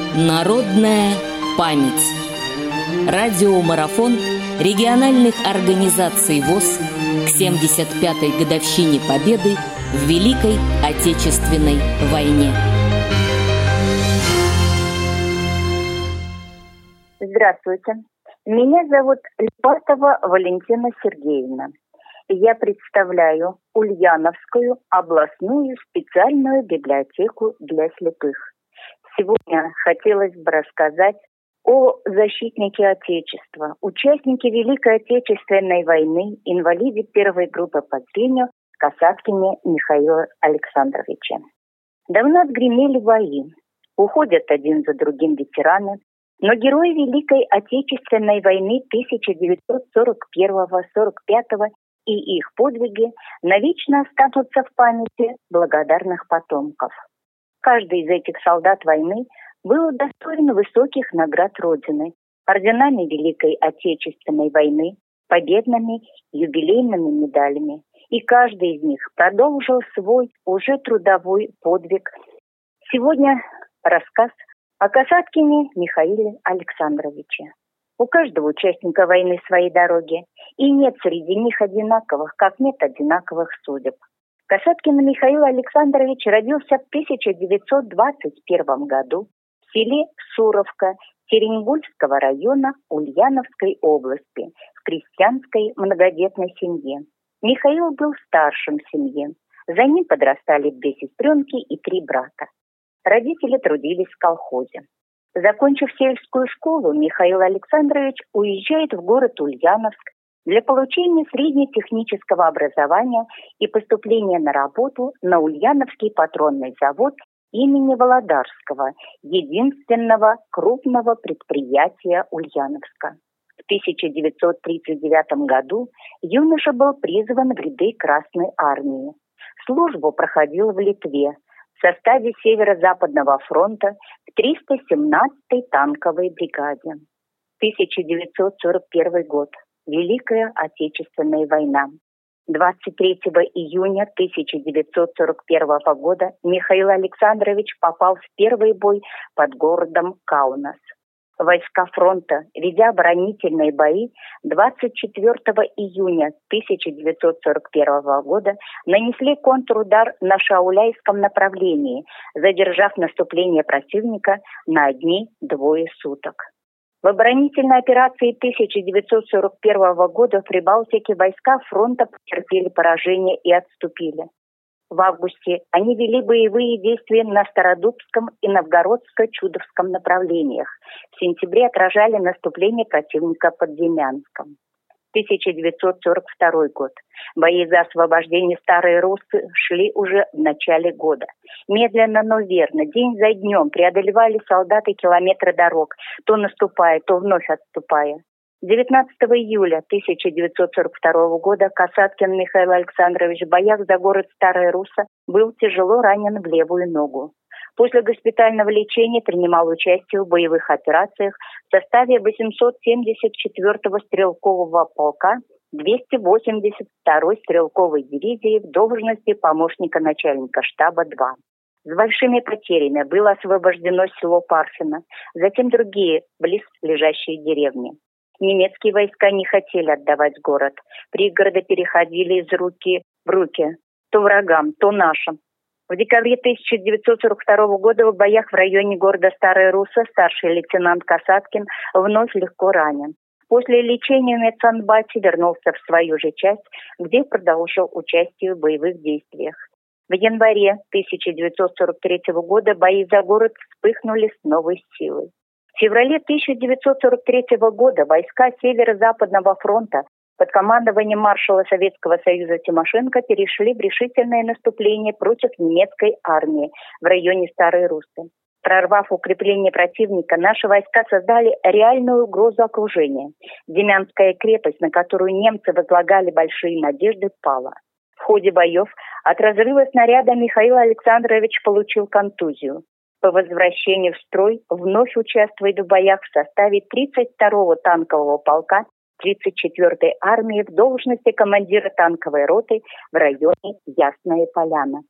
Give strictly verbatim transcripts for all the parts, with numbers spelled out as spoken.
Народная память. Радиомарафон региональных организаций ВОС к семьдесят пятой годовщине Победы в Великой Отечественной войне. Здравствуйте. Меня зовут Липатова Валентина Сергеевна. Я представляю Ульяновскую областную специальную библиотеку для слепых. Сегодня хотелось бы рассказать о защитнике Отечества, участнике Великой Отечественной войны, инвалиде первой группы по зрению Касаткине Михаиле Александровиче. Давно отгремели бои, уходят один за другим ветераны, но герои Великой Отечественной войны тысяча девятьсот сорок первого — сорок пятого и их подвиги навечно останутся в памяти благодарных потомков. Каждый из этих солдат войны был удостоен высоких наград Родины, орденами Великой Отечественной войны, победными юбилейными медалями. И каждый из них продолжил свой уже трудовой подвиг. Сегодня рассказ о Касаткине Михаиле Александровиче. У каждого участника войны свои дороги, и нет среди них одинаковых, как нет одинаковых судеб. Касаткин Михаил Александрович родился в тысяча девятьсот двадцать первом году в селе Суровка Теренгульского района Ульяновской области в крестьянской многодетной семье. Михаил был старшим в семье. За ним подрастали две сестренки и три брата. Родители трудились в колхозе. Закончив сельскую школу, Михаил Александрович уезжает в город Ульяновск для получения среднетехнического образования и поступления на работу на Ульяновский патронный завод имени Володарского, единственного крупного предприятия Ульяновска. В тысяча девятьсот тридцать девятом году юноша был призван в ряды Красной армии. Службу проходил в Литве в составе Северо-Западного фронта в триста семнадцатой танковой бригаде. тысяча девятьсот сорок первый год. Великая Отечественная война. двадцать третьего июня тысяча девятьсот сорок первого года Михаил Александрович попал в первый бой под городом Каунас. Войска фронта, ведя оборонительные бои, двадцать четвертого июня тысяча девятьсот сорок первого года нанесли контрудар на Шауляйском направлении, задержав наступление противника на одни-двое суток. В оборонительной операции тысяча девятьсот сорок первого года в Прибалтике войска фронта потерпели поражение и отступили. В августе они вели боевые действия на Стародубском и Новгородско-Чудовском направлениях. В сентябре отражали наступление противника под Демянском. тысяча девятьсот сорок второй год. Бои за освобождение Старой Руссы шли уже в начале года. Медленно, но верно, день за днем преодолевали солдаты километры дорог, то наступая, то вновь отступая. девятнадцатого июля тысяча девятьсот сорок второго года Касаткин Михаил Александрович в боях за город Старая Русса был тяжело ранен в левую ногу. После госпитального лечения принимал участие в боевых операциях в составе восемьсот семьдесят четвёртого стрелкового полка двести восемьдесят второй стрелковой дивизии в должности помощника начальника штаба два. С большими потерями было освобождено село Парфино, затем другие близлежащие деревни. Немецкие войска не хотели отдавать город. Пригороды переходили из руки в руки, то врагам, то нашим. В декабре тысяча девятьсот сорок второго года в боях в районе города Старая Русса старший лейтенант Касаткин вновь легко ранен. После лечения в медсанбате вернулся в свою же часть, где продолжил участие в боевых действиях. В январе тысяча девятьсот сорок третьего года бои за город вспыхнули с новой силой. В феврале тысяча девятьсот сорок третьего года войска Северо-Западного фронта под командованием маршала Советского Союза Тимошенко перешли в решительное наступление против немецкой армии в районе Старой Руссы. Прорвав укрепление противника, наши войска создали реальную угрозу окружения. Демянская крепость, на которую немцы возлагали большие надежды, пала. В ходе боев от разрыва снаряда Михаил Александрович получил контузию. По возвращению в строй вновь участвует в боях в составе тридцать второго танкового полка тридцать четвёртой армии в должности командира танковой роты в районе Ясная Поляна.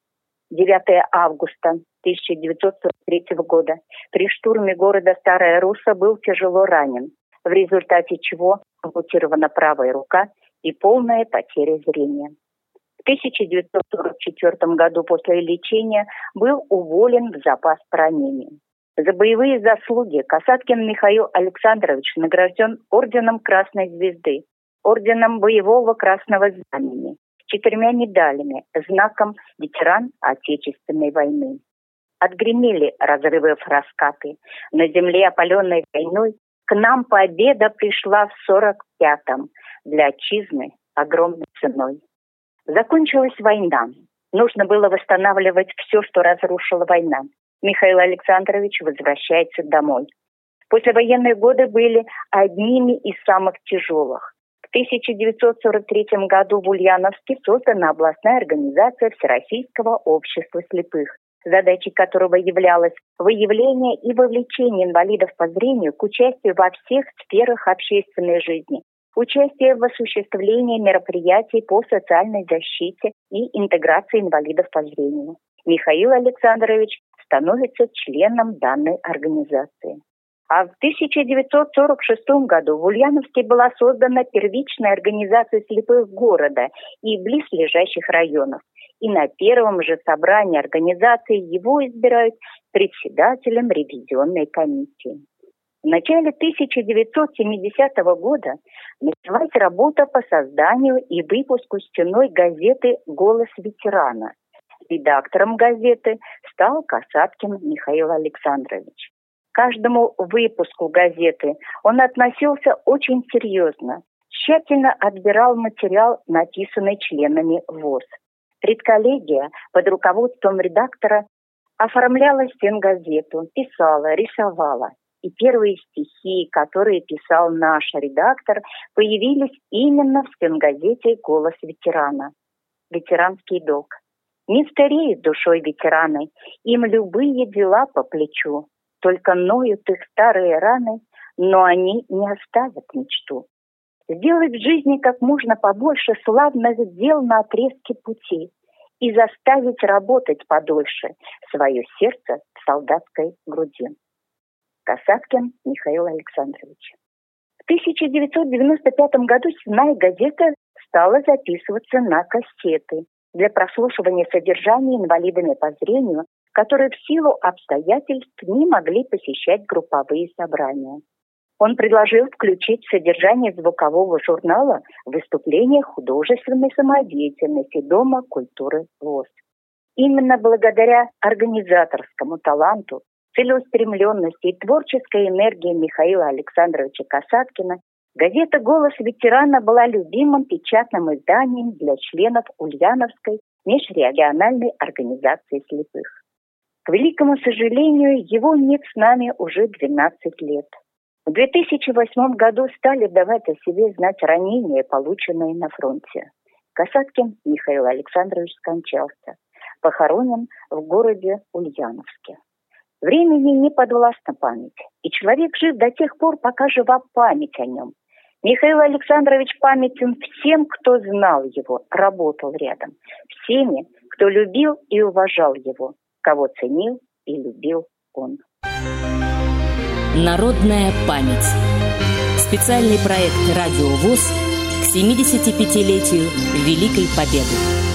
девятого августа тысяча девятьсот сорок третьего года, при штурме города Старая Русса был тяжело ранен, в результате чего ампутирована правая рука и полная потеря зрения. В тысяча девятьсот сорок четвёртом году после лечения был уволен в запас по ранениям. За боевые заслуги Касаткин Михаил Александрович награжден орденом Красной Звезды, орденом Боевого Красного Знамени, четырьмя медалями, знаком «Ветеран Отечественной войны». Отгремели разрывы в раскаты. На земле, опаленной войной, к нам победа пришла в сорок пятом, для отчизны огромной ценой. Закончилась война. Нужно было восстанавливать все, что разрушила война. Михаил Александрович возвращается домой. Послевоенные годы были одними из самых тяжелых. В тысяча девятьсот сорок третьем году в Ульяновске создана областная организация Всероссийского общества слепых, задачей которого являлось выявление и вовлечение инвалидов по зрению к участию во всех сферах общественной жизни, участие в осуществлении мероприятий по социальной защите и интеграции инвалидов по зрению. Михаил Александрович становится членом данной организации. А в тысяча девятьсот сорок шестом году в Ульяновске была создана первичная организация слепых города и близлежащих районов. И на первом же собрании организации его избирают председателем ревизионной комиссии. В начале тысяча девятьсот семидесятого года началась работа по созданию и выпуску стенной газеты «Голос ветерана». Редактором газеты стал Касаткин Михаил Александрович. К каждому выпуску газеты он относился очень серьезно, тщательно отбирал материал, написанный членами ВОС. Редколлегия под руководством редактора оформляла стенгазету, писала, рисовала. И первые стихи, которые писал наш редактор, появились именно в стенгазете «Голос ветерана». Ветеранский долг. Не стареют душой ветераны, им любые дела по плечу. Только ноют их старые раны, но они не оставят мечту. Сделать в жизни как можно побольше славных дел на отрезке пути и заставить работать подольше свое сердце в солдатской груди. Касаткин Михаил Александрович. В тысяча девятьсот девяносто пятом году «Стенная газета» стала записываться на кассеты для прослушивания содержания инвалидами по зрению, которые в силу обстоятельств не могли посещать групповые собрания. Он предложил включить в содержание звукового журнала выступления художественной самодеятельности Дома культуры ВОС. Именно благодаря организаторскому таланту, целеустремленности и творческой энергии Михаила Александровича Касаткина газета «Голос ветерана» была любимым печатным изданием для членов Ульяновской межрегиональной организации слепых. К великому сожалению, его нет с нами уже двенадцать лет. В две тысячи восьмом году стали давать о себе знать ранения, полученные на фронте. Касаткин Михаил Александрович скончался, похоронен в городе Ульяновске. Времени не подвластна память, и человек жив до тех пор, пока жива память о нем. Михаил Александрович памятен всем, кто знал его, работал рядом, всеми, кто любил и уважал его, кого ценил и любил он. Народная память. Специальный проект «Радио ВОС» к семидесятипятилетию Великой Победы.